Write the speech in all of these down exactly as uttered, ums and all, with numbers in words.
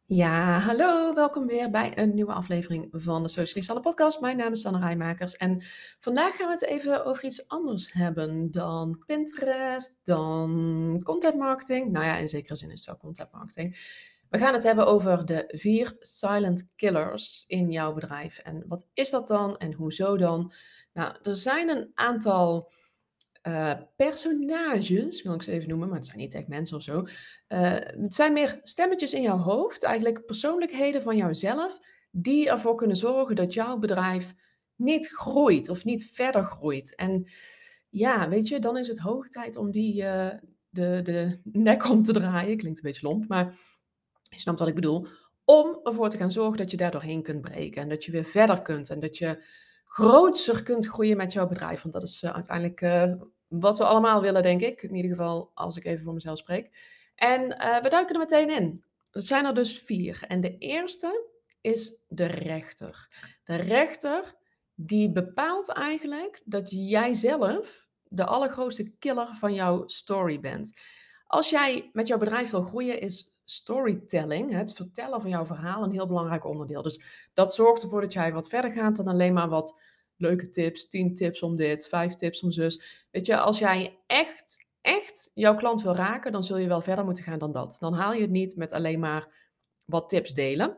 Ja, hallo, welkom weer bij een nieuwe aflevering van de Socially Sanne podcast. Mijn naam is Sanne Rijmakers en vandaag gaan we het even over iets anders hebben dan Pinterest, dan content marketing. Nou ja, in zekere zin is het wel content marketing. We gaan het hebben over de vier silent killers in jouw bedrijf. En wat is dat dan en hoezo dan? Nou, er zijn een aantal eh, personages, wil ik ze even noemen, maar het zijn niet echt mensen of zo. Eh, het zijn meer stemmetjes in jouw hoofd, eigenlijk persoonlijkheden van jouzelf, die ervoor kunnen zorgen dat jouw bedrijf niet groeit of niet verder groeit. En ja, weet je, dan is het hoog tijd om die eh, de, de nek om te draaien. Klinkt een beetje lomp, maar je snapt wat ik bedoel. Om ervoor te gaan zorgen dat je daar doorheen kunt breken en dat je weer verder kunt en dat je grootser kunt groeien met jouw bedrijf. Want dat is eh, uiteindelijk eh, wat we allemaal willen, denk ik. In ieder geval als ik even voor mezelf spreek. En eh, we duiken er meteen in. Dat zijn er dus vier. En de eerste is de rechter. De rechter die bepaalt eigenlijk dat jij zelf de allergrootste killer van jouw story bent. Als jij met jouw bedrijf wil groeien, is storytelling, het vertellen van jouw verhaal, een heel belangrijk onderdeel. Dus dat zorgt ervoor dat jij wat verder gaat dan alleen maar wat leuke tips, tien tips om dit, vijf tips om zus. Weet je, als jij echt, echt jouw klant wil raken, dan zul je wel verder moeten gaan dan dat. Dan haal je het niet met alleen maar wat tips delen.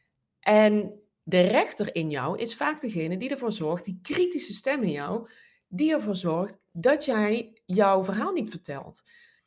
En de rechter in jou is vaak degene die ervoor zorgt, die kritische stem in jou, die ervoor zorgt dat jij jouw verhaal niet vertelt.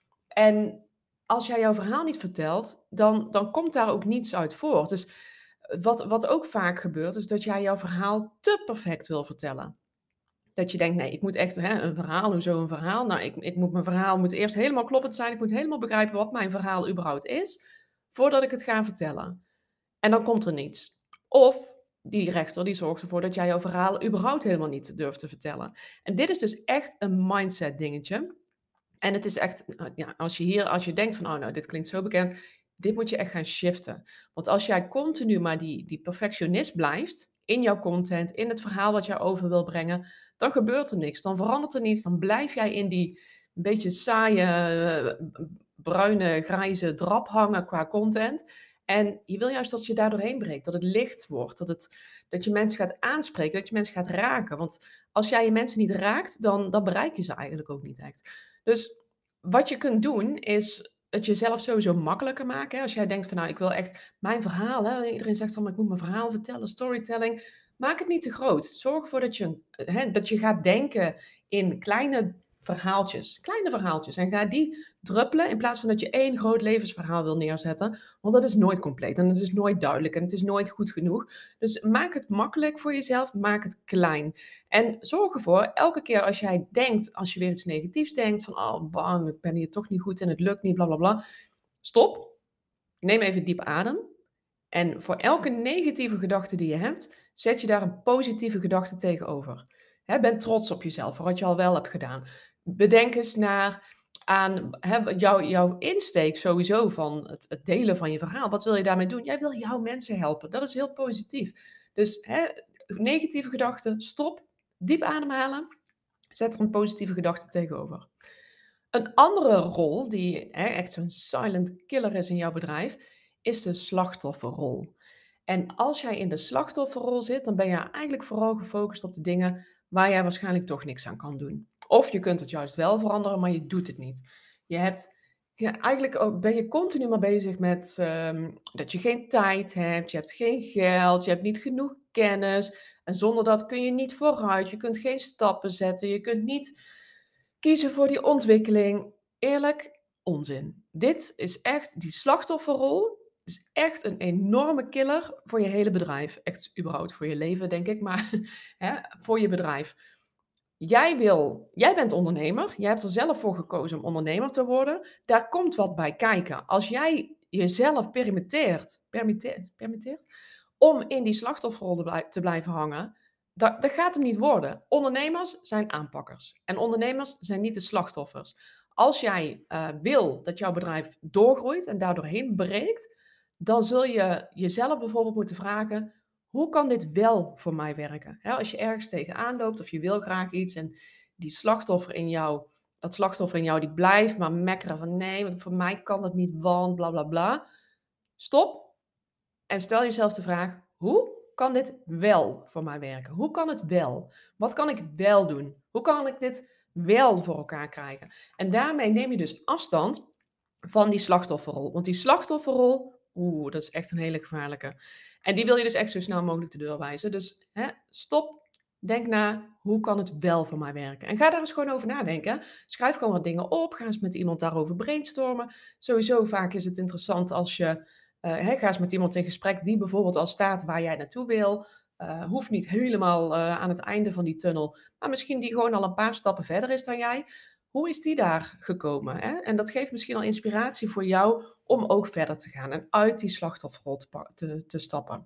En als jij jouw verhaal niet vertelt, dan, dan komt daar ook niets uit voort. Dus wat, wat ook vaak gebeurt, is dat jij jouw verhaal te perfect wil vertellen. Dat je denkt, nee, ik moet echt hè, een verhaal, hoezo een verhaal? Nou, ik, ik moet mijn verhaal moet eerst helemaal kloppend zijn. Ik moet helemaal begrijpen wat mijn verhaal überhaupt is, voordat ik het ga vertellen. En dan komt er niets. Of die rechter die zorgt ervoor dat jij jouw verhaal überhaupt helemaal niet durft te vertellen. En dit is dus echt een mindset dingetje. En het is echt, eh, ja, als je hier, als je denkt van, oh nou, dit klinkt zo bekend, dit moet je echt gaan shiften. Want als jij continu maar die, die perfectionist blijft in jouw content, in het verhaal wat jij over wil brengen, dan gebeurt er niks. Dan verandert er niets. Dan blijf jij in die een beetje saaie, eh, bruine, grijze drap hangen qua content. En je wil juist dat je daar doorheen breekt, dat het licht wordt, dat, het, dat je mensen gaat aanspreken, dat je mensen gaat raken. Want als jij je mensen niet raakt, dan, dan bereik je ze eigenlijk ook niet echt. Dus wat je kunt doen is het jezelf sowieso makkelijker maken. Hè. Als jij denkt van nou, ik wil echt mijn verhaal. Hè. Iedereen zegt van ik moet mijn verhaal vertellen, storytelling. Maak het niet te groot. Zorg ervoor dat je, hè, dat je gaat denken in kleine verhaaltjes. Kleine verhaaltjes. En ga die druppelen in plaats van dat je één groot levensverhaal wil neerzetten. Want dat is nooit compleet en het is nooit duidelijk en het is nooit goed genoeg. Dus maak het makkelijk voor jezelf. Maak het klein. En zorg ervoor, elke keer als jij denkt, als je weer iets negatiefs denkt, van oh bang, ik ben hier toch niet goed en het lukt niet, bla bla bla. Stop, neem even diep adem. En voor elke negatieve gedachte die je hebt, zet je daar een positieve gedachte tegenover. Hè, ben trots op jezelf voor wat je al wel hebt gedaan. Bedenk eens naar aan hè, jouw, jouw insteek sowieso van het, het delen van je verhaal. Wat wil je daarmee doen? Jij wil jouw mensen helpen. Dat is heel positief. Dus hè, negatieve gedachten, stop, diep ademhalen, zet er een positieve gedachte tegenover. Een andere rol die hè, echt zo'n silent killer is in jouw bedrijf, is de slachtofferrol. En als jij in de slachtofferrol zit, dan ben je eigenlijk vooral gefocust op de dingen waar jij waarschijnlijk toch niks aan kan doen. Of je kunt het juist wel veranderen, maar je doet het niet. Je hebt ja, eigenlijk ook, ben je continu maar bezig met ehm, dat je geen tijd hebt, je hebt geen geld, je hebt niet genoeg kennis. En zonder dat kun je niet vooruit, je kunt geen stappen zetten, je kunt niet kiezen voor die ontwikkeling. Eerlijk, onzin. Dit is echt, die slachtofferrol is echt een enorme killer voor je hele bedrijf. Echt überhaupt voor je leven, denk ik, maar hè, voor je bedrijf. Jij wil, jij bent ondernemer, jij hebt er zelf voor gekozen om ondernemer te worden. Daar komt wat bij kijken. Als jij jezelf permitteert, permitteert, permitteert om in die slachtofferrol te, blij- te blijven hangen, dat, dat gaat hem niet worden. Ondernemers zijn aanpakkers en ondernemers zijn niet de slachtoffers. Als jij eh, wil dat jouw bedrijf doorgroeit en daardoor heen breekt, dan zul je jezelf bijvoorbeeld moeten vragen: hoe kan dit wel voor mij werken? Hè, als je ergens tegenaan loopt of je wil graag iets en die slachtoffer in jou, dat slachtoffer in jou, die blijft maar mekkeren van nee, want voor mij kan dat niet, want bla bla bla. Stop, En stel jezelf de vraag: hoe kan dit wel voor mij werken? Hoe kan het wel? Wat kan ik wel doen? Hoe kan ik dit wel voor elkaar krijgen? En daarmee neem je dus afstand van die slachtofferrol. Want die slachtofferrol, oeh, dat is echt een hele gevaarlijke. En die wil je dus echt zo snel mogelijk de deur wijzen. Dus hè, stop, denk na, hoe kan het wel voor mij werken? En ga daar eens gewoon over nadenken. Schrijf gewoon wat dingen op, ga eens met iemand daarover brainstormen. Sowieso vaak is het interessant als je uh, hè, ga eens met iemand in gesprek die bijvoorbeeld al staat waar jij naartoe wil. Uh, hoeft niet helemaal uh, aan het einde van die tunnel, maar misschien die gewoon al een paar stappen verder is dan jij. Hoe is die daar gekomen? Hè? En dat geeft misschien al inspiratie voor jou om ook verder te gaan en uit die slachtofferrol te, te, te stappen.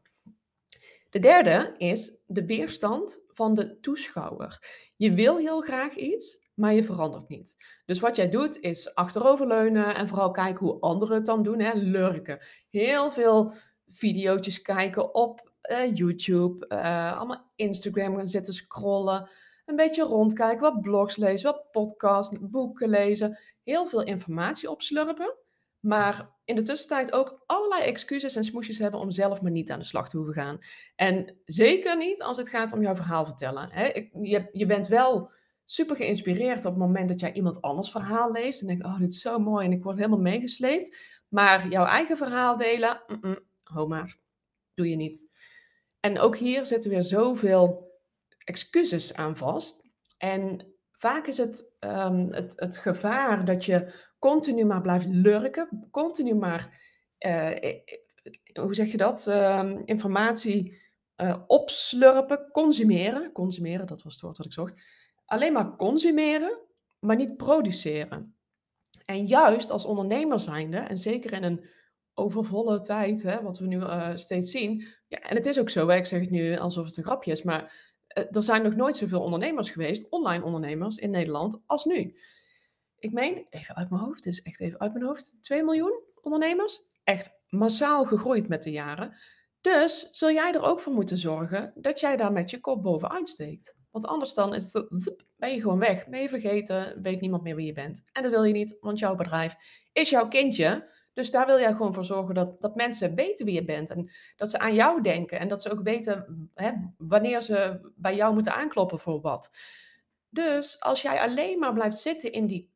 De derde is de weerstand van de toeschouwer. Je wil heel graag iets, maar je verandert niet. Dus wat jij doet is achteroverleunen en vooral kijken hoe anderen het dan doen. Hè? Lurken. Heel veel video's kijken op uh, YouTube, uh, allemaal Instagram gaan zitten scrollen. Een beetje rondkijken, wat blogs lezen, wat podcasts, boeken lezen. Heel veel informatie opslurpen. Maar in de tussentijd ook allerlei excuses en smoesjes hebben om zelf maar niet aan de slag te hoeven gaan. En zeker niet als het gaat om jouw verhaal vertellen. Hè? Ik, je, je bent wel super geïnspireerd op het moment dat jij iemand anders verhaal leest. En denkt, oh, dit is zo mooi en ik word helemaal meegesleept. Maar jouw eigen verhaal delen, mm-mm, ho maar, doe je niet. En ook hier zitten weer zoveel excuses aan vast. En vaak is het, um, het, het gevaar dat je continu maar blijft lurken, continu maar, uh, hoe zeg je dat, uh, informatie uh, opslurpen, consumeren. Consumeren, dat was het woord wat ik zocht. Alleen maar consumeren, maar niet produceren. En juist als ondernemer zijnde, en zeker in een overvolle tijd, hè, wat we nu uh, steeds zien. Ja, en het is ook zo, hè, ik zeg het nu alsof het een grapje is, maar uh, er zijn nog nooit zoveel ondernemers geweest, online ondernemers in Nederland, als nu. Ik meen, even uit mijn hoofd, dit is echt even uit mijn hoofd, twee miljoen ondernemers. Echt massaal gegroeid met de jaren. Dus zul jij er ook voor moeten zorgen dat jij daar met je kop bovenuit steekt. Want anders dan is het, zip, ben je gewoon weg, ben je vergeten, weet niemand meer wie je bent. En dat wil je niet, want jouw bedrijf is jouw kindje. Dus daar wil jij gewoon voor zorgen dat, dat mensen weten wie je bent. En dat ze aan jou denken. En dat ze ook weten hè, wanneer ze bij jou moeten aankloppen voor wat. Dus als jij alleen maar blijft zitten in die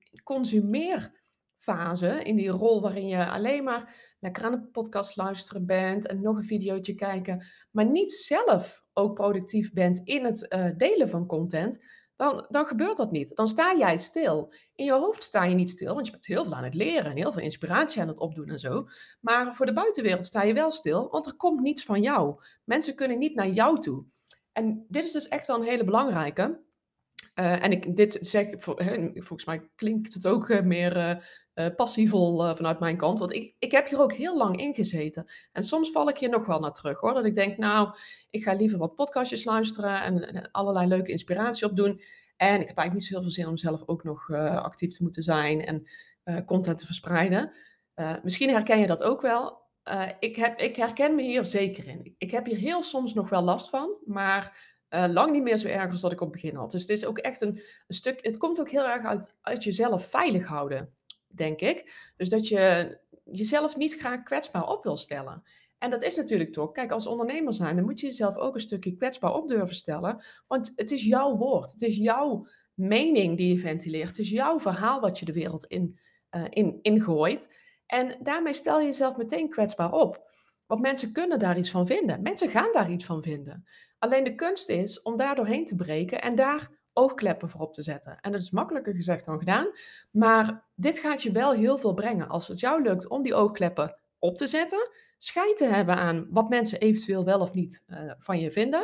consumeerfase, in die rol waarin je alleen maar lekker aan een podcast luisteren bent en nog een videootje kijken, maar niet zelf ook productief bent in het uh, delen van content, dan, dan gebeurt dat niet. Dan sta jij stil. In je hoofd sta je niet stil, want je bent heel veel aan het leren en heel veel inspiratie aan het opdoen en zo. Maar voor de buitenwereld sta je wel stil, want er komt niets van jou. Mensen kunnen niet naar jou toe. En dit is dus echt wel een hele belangrijke. Uh, en ik dit zeg, voor, hè, volgens mij klinkt het ook uh, meer uh, uh, passievol uh, vanuit mijn kant. Want ik, ik heb hier ook heel lang in gezeten. En soms val ik hier nog wel naar terug hoor. Dat ik denk, nou, ik ga liever wat podcastjes luisteren en, en allerlei leuke inspiratie opdoen. En ik heb eigenlijk niet zo heel veel zin om zelf ook nog uh, actief te moeten zijn en uh, content te verspreiden. Uh, misschien herken je dat ook wel. Uh, ik, heb, ik herken me hier zeker in. Ik heb hier heel soms nog wel last van, maar Uh, lang niet meer zo erg als dat ik op het begin had. Dus het is ook echt een, een stuk. Het komt ook heel erg uit, uit jezelf veilig houden, denk ik. Dus dat je jezelf niet graag kwetsbaar op wil stellen. En dat is natuurlijk toch, kijk, als ondernemer zijn, dan moet je jezelf ook een stukje kwetsbaar op durven stellen. Want het is jouw woord, het is jouw mening die je ventileert, het is jouw verhaal wat je de wereld in, uh, in, ingooit. En daarmee stel je jezelf meteen kwetsbaar op. Want mensen kunnen daar iets van vinden. Mensen gaan daar iets van vinden. Alleen de kunst is om daar doorheen te breken en daar oogkleppen voor op te zetten. En dat is makkelijker gezegd dan gedaan. Maar dit gaat je wel heel veel brengen. Als het jou lukt om die oogkleppen op te zetten, scheid te hebben aan wat mensen eventueel wel of niet uh, van je vinden,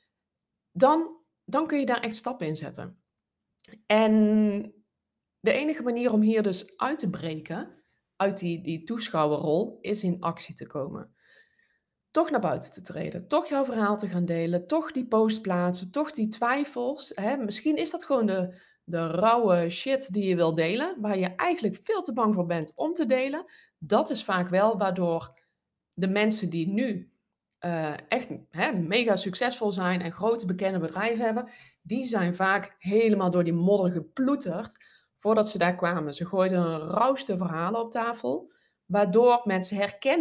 dan, dan kun je daar echt stappen in zetten. En de enige manier om hier dus uit te breken, uit die, die toeschouwerrol, is in actie te komen. Toch naar buiten te treden, toch jouw verhaal te gaan delen, toch die post plaatsen, toch die twijfels. Hè? Misschien is dat gewoon de, de rauwe shit die je wil delen, waar je eigenlijk veel te bang voor bent om te delen. Dat is vaak wel waardoor de mensen die nu uh, echt hè, mega succesvol zijn en grote bekende bedrijven hebben, die zijn vaak helemaal door die modder geploeterd voordat ze daar kwamen. Ze gooiden een rauwste verhalen op tafel, waardoor mensen herkenning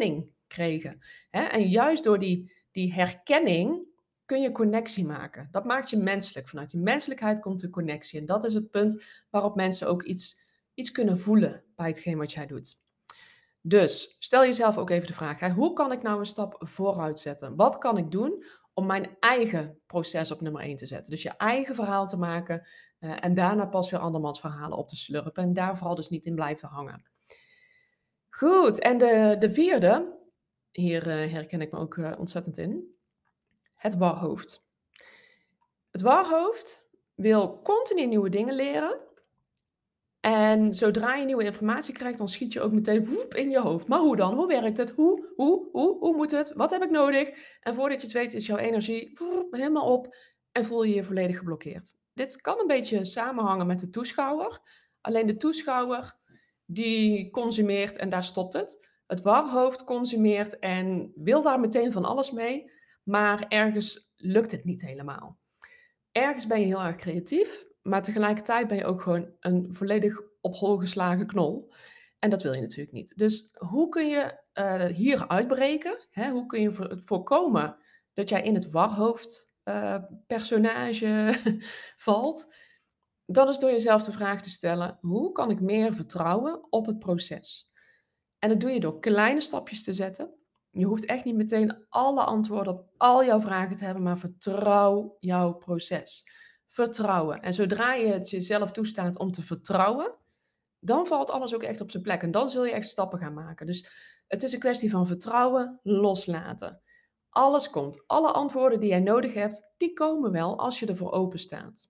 gekregen. Hè? En juist door die, die herkenning kun je connectie maken. Dat maakt je menselijk. Vanuit die menselijkheid komt de connectie. En dat is het punt waarop mensen ook iets, iets kunnen voelen bij hetgeen wat jij doet. Dus stel jezelf ook even de vraag, hè, hoe kan ik nou een stap vooruit zetten? Wat kan ik doen om mijn eigen proces op nummer één te zetten? Dus je eigen verhaal te maken uh, en daarna pas weer andermans verhalen op te slurpen. En daar vooral dus niet in blijven hangen. Goed, en de, de vierde, hier uh, herken ik me ook uh, ontzettend in, het warhoofd. Het warhoofd wil continu nieuwe dingen leren. En zodra je nieuwe informatie krijgt, dan schiet je ook meteen woep in je hoofd. Maar hoe dan? Hoe werkt het? Hoe? Hoe? Hoe? Hoe moet het? Wat heb ik nodig? En voordat je het weet is jouw energie woep, helemaal op en voel je je volledig geblokkeerd. Dit kan een beetje samenhangen met de toeschouwer. Alleen de toeschouwer die consumeert en daar stopt het. Het warhoofd consumeert en wil daar meteen van alles mee, maar ergens lukt het niet helemaal. Ergens ben je heel erg creatief, maar tegelijkertijd ben je ook gewoon een volledig op hol geslagen knol. En dat wil je natuurlijk niet. Dus hoe kun je uh, hier uitbreken? Hè? Hoe kun je voor, voorkomen dat jij in het warhoofd uh, personage valt? Dat is door jezelf de vraag te stellen, hoe kan ik meer vertrouwen op het proces? En dat doe je door kleine stapjes te zetten. Je hoeft echt niet meteen alle antwoorden op al jouw vragen te hebben, maar vertrouw jouw proces. Vertrouwen. En zodra je het jezelf toestaat om te vertrouwen, dan valt alles ook echt op zijn plek. En dan zul je echt stappen gaan maken. Dus het is een kwestie van vertrouwen, loslaten. Alles komt. Alle antwoorden die jij nodig hebt, die komen wel als je ervoor open staat.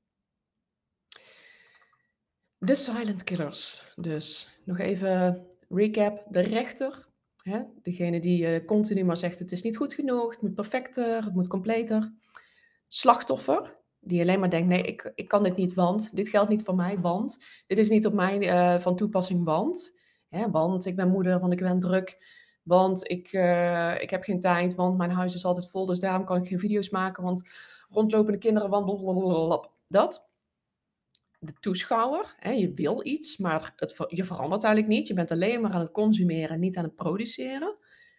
De silent killers. Dus nog even recap. De rechter. Hè? Degene die uh, continu maar zegt het is niet goed genoeg, het moet perfecter, het moet completer. Slachtoffer. Die alleen maar denkt, nee, ik, ik kan dit niet, want dit geldt niet voor mij, want dit is niet op mij uh, van toepassing, want, hè, want ik ben moeder, want ik ben druk, want ik, uh, ik heb geen tijd, want mijn huis is altijd vol, dus daarom kan ik geen video's maken, want rondlopende kinderen, want blablabla. Dat. De toeschouwer, hè, je wil iets, maar het, je verandert eigenlijk niet. Je bent alleen maar aan het consumeren, niet aan het produceren.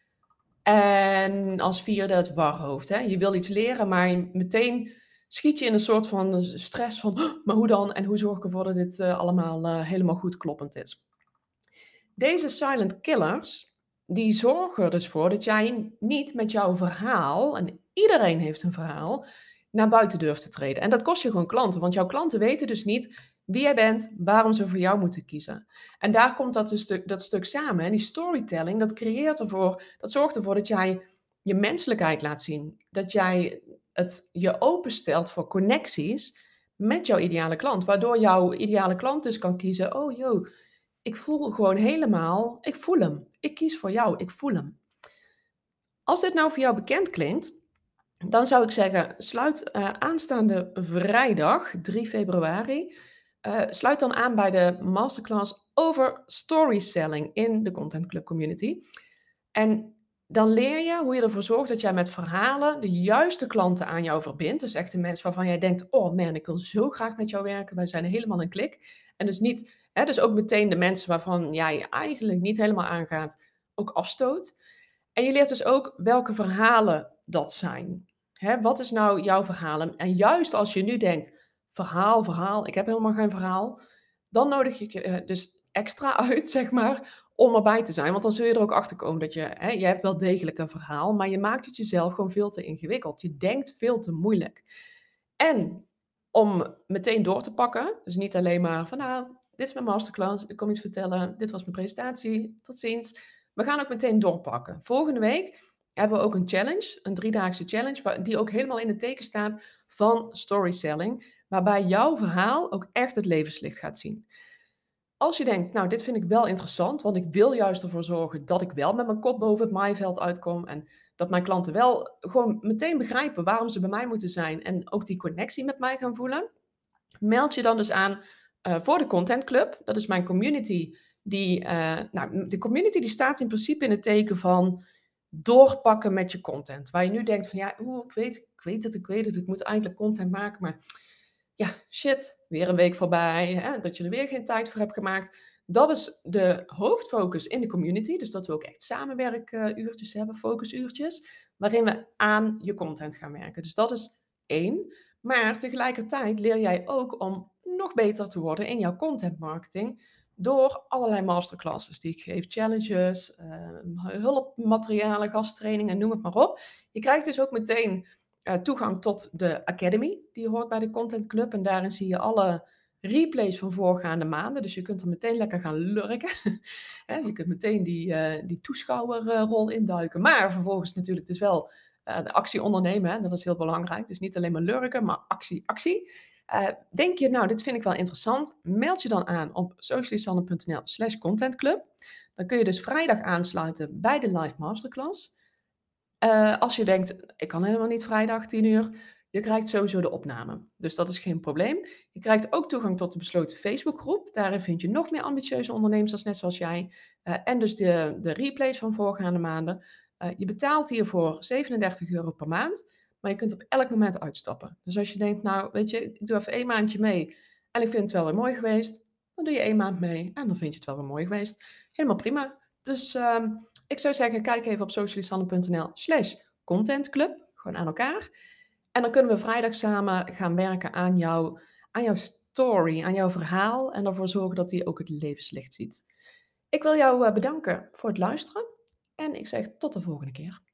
En als vierde het warhoofd. Hè. Je wil iets leren, maar meteen schiet je in een soort van stress van, oh, maar hoe dan? En hoe zorg ik ervoor dat dit uh, allemaal uh, helemaal goed kloppend is? Deze silent killers, die zorgen er dus voor dat jij niet met jouw verhaal, en iedereen heeft een verhaal, naar buiten durft te treden. En dat kost je gewoon klanten, want jouw klanten weten dus niet wie jij bent, waarom ze voor jou moeten kiezen. En daar komt dat, dus stuk, dat stuk samen. En die storytelling, dat creëert ervoor, dat zorgt ervoor dat jij je menselijkheid laat zien. Dat jij het je openstelt voor connecties met jouw ideale klant. Waardoor jouw ideale klant dus kan kiezen, oh joh, ik voel gewoon helemaal, ik voel hem. Ik kies voor jou, ik voel hem. Als dit nou voor jou bekend klinkt, dan zou ik zeggen, sluit uh, aanstaande vrijdag, drie februari, uh, sluit dan aan bij de masterclass over storytelling in de Content Club community. En dan leer je hoe je ervoor zorgt dat jij met verhalen de juiste klanten aan jou verbindt. Dus echt de mensen waarvan jij denkt, oh man, ik wil zo graag met jou werken. Wij zijn helemaal een klik. En dus niet, hè, dus ook meteen de mensen waarvan jij eigenlijk niet helemaal aangaat, ook afstoot. En je leert dus ook welke verhalen dat zijn. Hè, wat is nou jouw verhaal? En juist als je nu denkt, verhaal, verhaal, ik heb helemaal geen verhaal. Dan nodig ik je uh, dus extra uit, zeg maar, om erbij te zijn. Want dan zul je er ook achter komen dat je, hè, je hebt wel degelijk een verhaal, maar je maakt het jezelf gewoon veel te ingewikkeld. Je denkt veel te moeilijk. En om meteen door te pakken, dus niet alleen maar van nou, dit is mijn masterclass, ik kom iets vertellen, dit was mijn presentatie, tot ziens. We gaan ook meteen doorpakken. Volgende week hebben we ook een challenge, een driedaagse challenge, die ook helemaal in het teken staat van storytelling, waarbij jouw verhaal ook echt het levenslicht gaat zien. Als je denkt, nou, dit vind ik wel interessant, want ik wil juist ervoor zorgen dat ik wel met mijn kop boven het maaiveld uitkom en dat mijn klanten wel gewoon meteen begrijpen waarom ze bij mij moeten zijn en ook die connectie met mij gaan voelen, meld je dan dus aan uh, voor de Content Club. Dat is mijn community. Die, uh, nou, de community die staat in principe in het teken van doorpakken met je content. Waar je nu denkt van ja, oeh, ik weet, ik weet het, ik weet het, ik moet eigenlijk content maken, maar ja, shit, weer een week voorbij, hè, dat je er weer geen tijd voor hebt gemaakt. Dat is de hoofdfocus in de community. Dus dat we ook echt samenwerkuurtjes hebben, focusuurtjes, waarin we aan je content gaan werken. Dus dat is één. Maar tegelijkertijd leer jij ook om nog beter te worden in jouw content marketing door allerlei masterclasses die ik geef, challenges, uh, hulpmaterialen, gasttrainingen, noem het maar op. Je krijgt dus ook meteen uh, toegang tot de Academy, die hoort bij de Content Club. En daarin zie je alle replays van voorgaande maanden. Dus je kunt er meteen lekker gaan lurken. Je kunt meteen die, uh, die toeschouwerrol induiken. Maar vervolgens natuurlijk dus wel uh, de actie ondernemen. Hè? Dat is heel belangrijk. Dus niet alleen maar lurken, maar actie, actie. Uh, denk je, nou, dit vind ik wel interessant. Meld je dan aan op socialisanne.nl slash contentclub. Dan kun je dus vrijdag aansluiten bij de live masterclass. Uh, als je denkt, ik kan helemaal niet vrijdag tien uur. Je krijgt sowieso de opname. Dus dat is geen probleem. Je krijgt ook toegang tot de besloten Facebookgroep. Daarin vind je nog meer ambitieuze ondernemers als net zoals jij. Uh, en dus de, de replays van voorgaande maanden. Uh, je betaalt hiervoor zevenendertig euro per maand. Maar je kunt op elk moment uitstappen. Dus als je denkt, nou weet je, ik doe even één maandje mee. En ik vind het wel weer mooi geweest. Dan doe je één maand mee. En dan vind je het wel weer mooi geweest. Helemaal prima. Dus uh, ik zou zeggen, kijk even op socialisanne.nl slash contentclub. Gewoon aan elkaar. En dan kunnen we vrijdag samen gaan werken aan, jou, aan jouw story, aan jouw verhaal. En ervoor zorgen dat die ook het levenslicht ziet. Ik wil jou bedanken voor het luisteren. En ik zeg tot de volgende keer.